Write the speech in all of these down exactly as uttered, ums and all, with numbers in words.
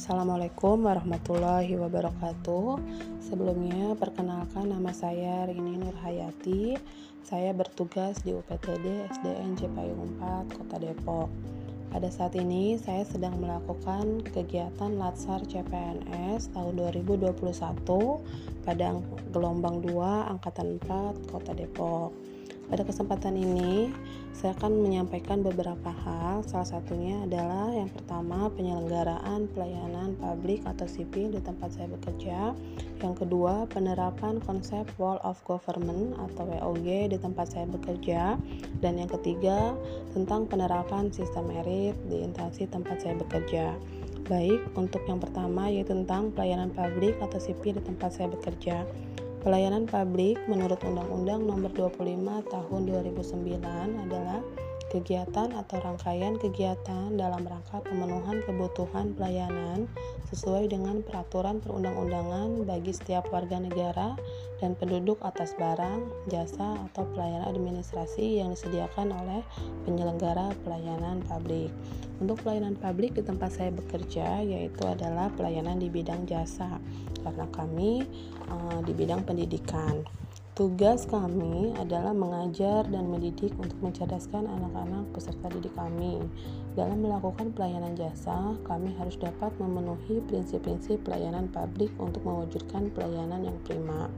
Assalamualaikum warahmatullahi wabarakatuh. Sebelumnya, perkenalkan nama saya Rini Nurhayati. Saya bertugas di U P T D S D N Cipayung empat, Kota Depok. Pada saat ini, saya sedang melakukan kegiatan Latsar C P N S tahun dua ribu dua puluh satu pada gelombang dua, Angkatan empat, Kota Depok. Pada kesempatan ini, saya akan menyampaikan beberapa hal. Salah satunya adalah yang pertama, penyelenggaraan pelayanan publik atau sipil di tempat saya bekerja. Yang kedua, penerapan konsep Whole of Government atau W O G di tempat saya bekerja. Dan yang ketiga, tentang penerapan sistem merit di instansi tempat saya bekerja. Baik, untuk yang pertama yaitu tentang pelayanan publik atau sipil di tempat saya bekerja. Pelayanan publik menurut Undang-Undang Nomor dua puluh lima Tahun dua ribu sembilan adalah kegiatan atau rangkaian kegiatan dalam rangka pemenuhan kebutuhan pelayanan sesuai dengan peraturan perundang-undangan bagi setiap warga negara dan penduduk atas barang, jasa, atau pelayanan administrasi yang disediakan oleh penyelenggara pelayanan publik. Untuk pelayanan publik di tempat saya bekerja yaitu adalah pelayanan di bidang jasa, karena kami uh, di bidang pendidikan. Tugas kami adalah mengajar dan mendidik untuk mencerdaskan anak-anak peserta didik kami. Dalam melakukan pelayanan jasa, kami harus dapat memenuhi prinsip-prinsip pelayanan publik untuk mewujudkan pelayanan yang prima.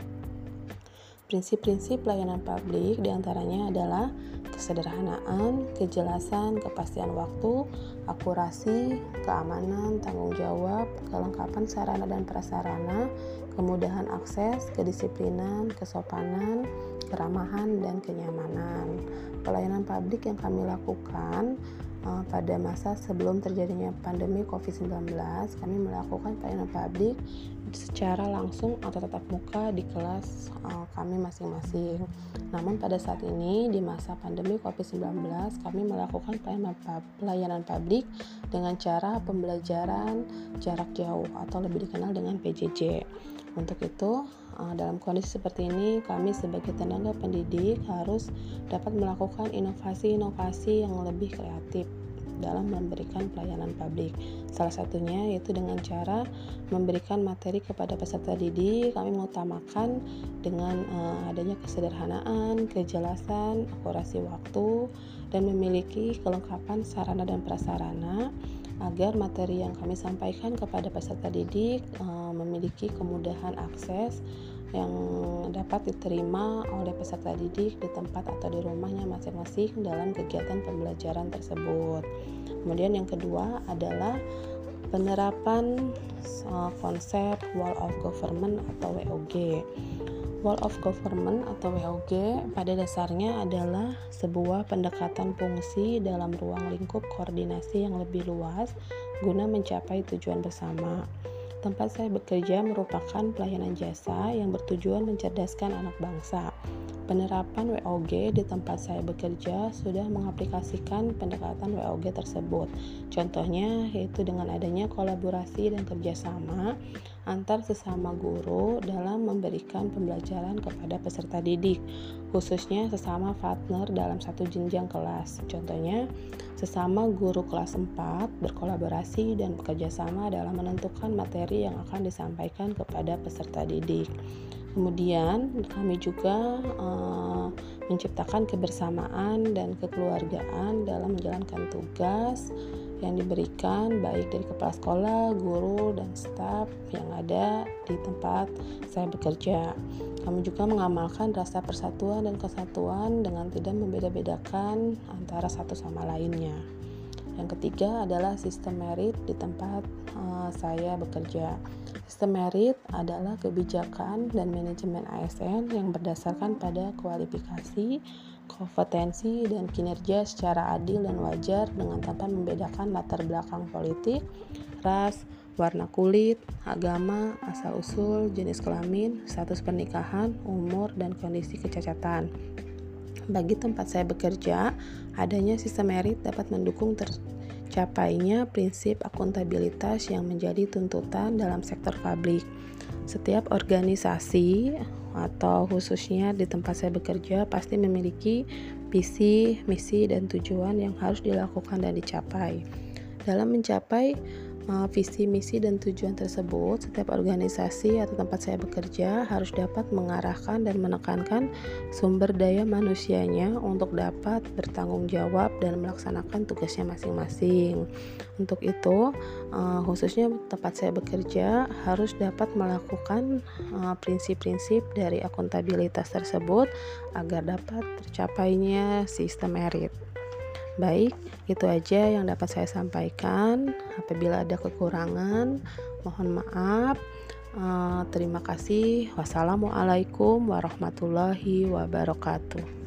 Prinsip-prinsip pelayanan publik diantaranya adalah kesederhanaan, kejelasan, kepastian waktu, akurasi, keamanan, tanggung jawab, kelengkapan sarana dan prasarana, kemudahan akses, kedisiplinan, kesopanan, keramahan, dan kenyamanan. Pelayanan publik yang kami lakukan uh, pada masa sebelum terjadinya pandemi covid sembilan belas, kami melakukan pelayanan publik secara langsung atau tatap muka di kelas uh, kami masing-masing. Namun pada saat ini di masa pandemi covid sembilan belas, kami melakukan pelayanan, pelayanan publik dengan cara pembelajaran jarak jauh atau lebih dikenal dengan P J J. Untuk itu, uh, dalam kondisi seperti ini, kami sebagai tenaga pendidik harus dapat melakukan inovasi-inovasi yang lebih kreatif dalam memberikan pelayanan publik. Salah satunya yaitu dengan cara memberikan materi kepada peserta didik. Kami mengutamakan dengan uh, adanya kesederhanaan, kejelasan, akurasi waktu, dan memiliki kelengkapan sarana dan prasarana agar materi yang kami sampaikan kepada peserta didik uh, memiliki kemudahan akses yang dapat diterima oleh peserta didik di tempat atau di rumahnya masing-masing dalam kegiatan pembelajaran tersebut. Kemudian yang kedua adalah penerapan uh, konsep Whole of Government atau W O G. Whole of Government atau W O G pada dasarnya adalah sebuah pendekatan fungsi dalam ruang lingkup koordinasi yang lebih luas guna mencapai tujuan bersama. Tempat saya bekerja merupakan pelayanan jasa yang bertujuan mencerdaskan anak bangsa. Penerapan W O G di tempat saya bekerja sudah mengaplikasikan pendekatan W O G tersebut. Contohnya yaitu dengan adanya kolaborasi dan kerjasama antar sesama guru dalam memberikan pembelajaran kepada peserta didik, khususnya sesama partner dalam satu jenjang kelas. Contohnya, sesama guru kelas empat berkolaborasi dan bekerjasama dalam menentukan materi yang akan disampaikan kepada peserta didik. Kemudian kami juga uh, menciptakan kebersamaan dan kekeluargaan dalam menjalankan tugas yang diberikan baik dari kepala sekolah, guru, dan staf yang ada di tempat saya bekerja. Kami juga mengamalkan rasa persatuan dan kesatuan dengan tidak membeda-bedakan antara satu sama lainnya. Yang ketiga adalah sistem merit di tempat uh, saya bekerja. Sistem merit adalah kebijakan dan manajemen A S N yang berdasarkan pada kualifikasi, kompetensi, dan kinerja secara adil dan wajar dengan tanpa membedakan latar belakang politik, ras, warna kulit, agama, asal-usul, jenis kelamin, status pernikahan, umur, dan kondisi kecacatan. Bagi tempat saya bekerja, adanya sistem merit dapat mendukung tercapainya prinsip akuntabilitas yang menjadi tuntutan dalam sektor publik. Setiap organisasi atau khususnya di tempat saya bekerja pasti memiliki visi, misi, dan tujuan yang harus dilakukan dan dicapai. Dalam mencapai uh, visi, misi, dan tujuan tersebut, setiap organisasi atau tempat saya bekerja harus dapat mengarahkan dan menekankan sumber daya manusianya untuk dapat bertanggung jawab dan melaksanakan tugasnya masing-masing. Untuk itu, uh, khususnya tempat saya bekerja harus dapat melakukan uh, prinsip-prinsip dari akuntabilitas tersebut agar dapat tercapainya sistem merit. Baik, itu aja yang dapat saya sampaikan. Apabila ada kekurangan, mohon maaf. Uh, terima kasih. Wassalamualaikum warahmatullahi wabarakatuh.